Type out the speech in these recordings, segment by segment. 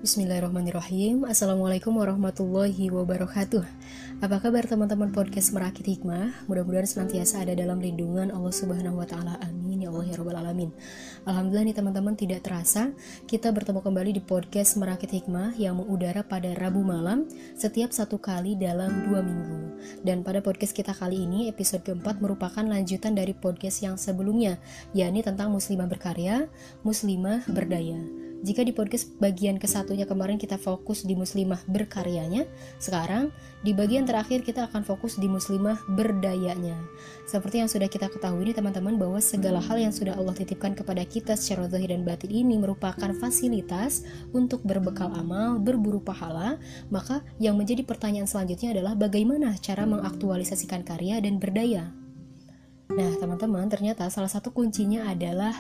Bismillahirrahmanirrahim. Assalamualaikum warahmatullahi wabarakatuh. Apa kabar teman-teman podcast Merakit Hikmah? Mudah-mudahan senantiasa ada dalam lindungan Allah Subhanahu wa Ta'ala. Amin ya Allah ya Rabbal Alamin. Alhamdulillah nih teman-teman, tidak terasa kita bertemu kembali di podcast Merakit Hikmah yang mengudara pada Rabu malam setiap 1 kali dalam 2 minggu. Dan pada podcast kita kali ini, episode keempat merupakan lanjutan dari podcast yang sebelumnya, yakni tentang muslimah berkarya, muslimah berdaya. Jika di podcast bagian ke-1-nya kemarin kita fokus di muslimah berkaryanya, sekarang di bagian terakhir kita akan fokus di muslimah berdayanya. Seperti yang sudah kita ketahui nih teman-teman, bahwa segala hal yang sudah Allah titipkan kepada kita secara zahir dan batin ini merupakan fasilitas untuk berbekal amal, berburu pahala. Maka yang menjadi pertanyaan selanjutnya adalah bagaimana cara mengaktualisasikan karya dan berdaya. Nah teman-teman, ternyata salah satu kuncinya adalah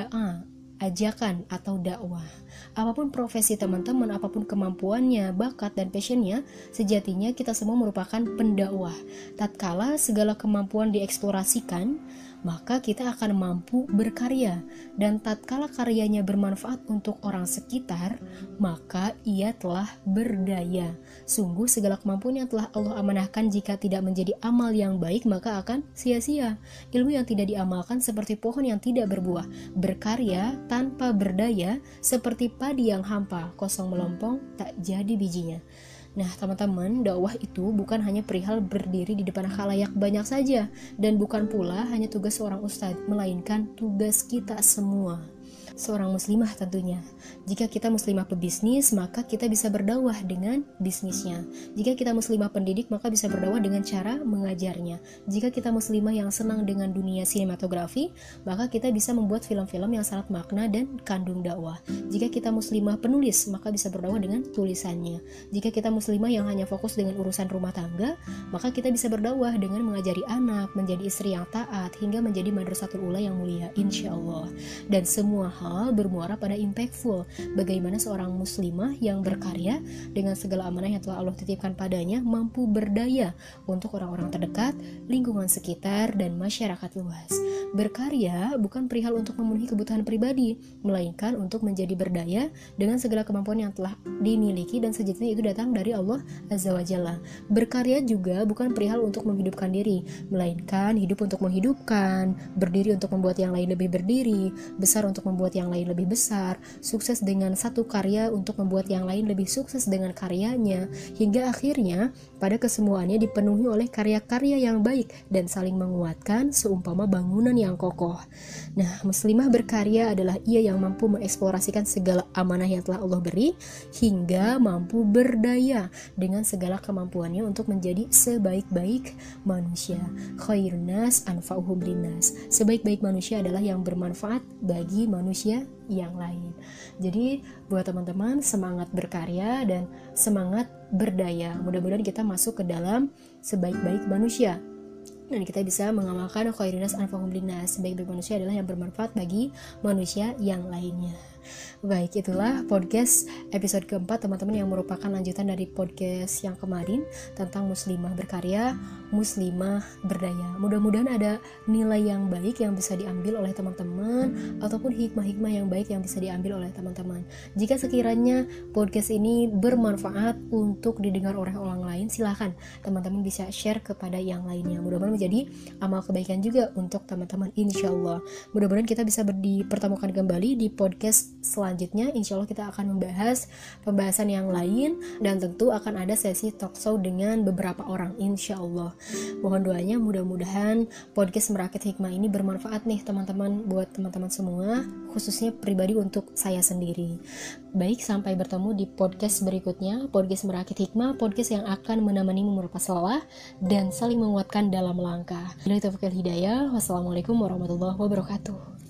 ajakan atau dakwah. Apapun profesi teman-teman, apapun kemampuannya, bakat dan passionnya, sejatinya kita semua merupakan pendakwah. Tatkala segala kemampuan dieksplorasikan, maka kita akan mampu berkarya. Dan tatkala karyanya bermanfaat untuk orang sekitar, maka ia telah berdaya. Sungguh segala kemampuan yang telah Allah amanahkan jika tidak menjadi amal yang baik, maka akan sia-sia. Ilmu yang tidak diamalkan seperti pohon yang tidak berbuah. Berkarya tanpa berdaya seperti padi yang hampa, kosong melompong, tak jadi bijinya. Nah teman-teman, dakwah itu bukan hanya perihal berdiri di depan khalayak banyak saja, dan bukan pula hanya tugas seorang ustadz, melainkan tugas kita semua, seorang muslimah tentunya. Jika kita muslimah pebisnis, maka kita bisa berdakwah dengan bisnisnya. Jika kita muslimah pendidik, maka bisa berdakwah dengan cara mengajarnya. Jika kita muslimah yang senang dengan dunia sinematografi, maka kita bisa membuat film-film yang syarat makna dan kandung dakwah. Jika kita muslimah penulis, maka bisa berdakwah dengan tulisannya. Jika kita muslimah yang hanya fokus dengan urusan rumah tangga, maka kita bisa berdakwah dengan mengajari anak, menjadi istri yang taat, hingga menjadi madrasatul ula yang mulia, insya Allah. Dan semua hal bermuara pada impactful. Bagaimana seorang muslimah yang berkarya dengan segala amanah yang telah Allah titipkan padanya mampu berdaya untuk orang-orang terdekat, lingkungan sekitar, dan masyarakat luas. Berkarya bukan perihal untuk memenuhi kebutuhan pribadi, melainkan untuk menjadi berdaya dengan segala kemampuan yang telah dimiliki, dan sejatinya itu datang dari Allah Azza wa Jalla. Berkarya juga bukan perihal untuk menghidupkan diri, melainkan hidup untuk menghidupkan, berdiri untuk membuat yang lain lebih berdiri, besar untuk membuat yang lain lebih besar, sukses dengan satu karya untuk membuat yang lain lebih sukses dengan karyanya, hingga akhirnya pada kesemuanya dipenuhi oleh karya-karya yang baik dan saling menguatkan seumpama bangunan yang kokoh. Nah, muslimah berkarya adalah ia yang mampu mengeksplorasikan segala amanah yang telah Allah beri hingga mampu berdaya dengan segala kemampuannya untuk menjadi sebaik-baik manusia. Khairun nas anfa'uhum linnas. Sebaik-baik manusia adalah yang bermanfaat bagi manusia yang lain. Jadi buat teman-teman, semangat berkarya dan semangat berdaya. Mudah-mudahan kita masuk ke dalam sebaik-baik manusia dan kita bisa mengamalkan khairin nas anfa'uhum linnas. Sebaik-baik manusia adalah yang bermanfaat bagi manusia yang lainnya. Baik, itulah podcast episode keempat teman-teman, yang merupakan lanjutan dari podcast yang kemarin tentang muslimah berkarya, muslimah berdaya. Mudah-mudahan ada nilai yang baik yang bisa diambil oleh teman-teman, ataupun hikmah-hikmah yang baik yang bisa diambil oleh teman-teman. Jika sekiranya podcast ini bermanfaat untuk didengar oleh orang lain, silahkan teman-teman bisa share kepada yang lainnya. Mudah-mudahan menjadi amal kebaikan juga untuk teman-teman, insya Allah. Mudah-mudahan kita bisa dipertemukan kembali di podcast selanjutnya. Insya Allah kita akan membahas pembahasan yang lain, dan tentu akan ada sesi talk show dengan beberapa orang, insya Allah. Mohon doanya, mudah-mudahan podcast Merakit Hikmah ini bermanfaat nih teman-teman, buat teman-teman semua, khususnya pribadi untuk saya sendiri. Baik, sampai bertemu di podcast berikutnya, podcast Merakit Hikmah, podcast yang akan menemanimu melepas lelah dan saling menguatkan dalam langkah. Billahi taufiq wal hidayah. Wassalamualaikum warahmatullahi wabarakatuh.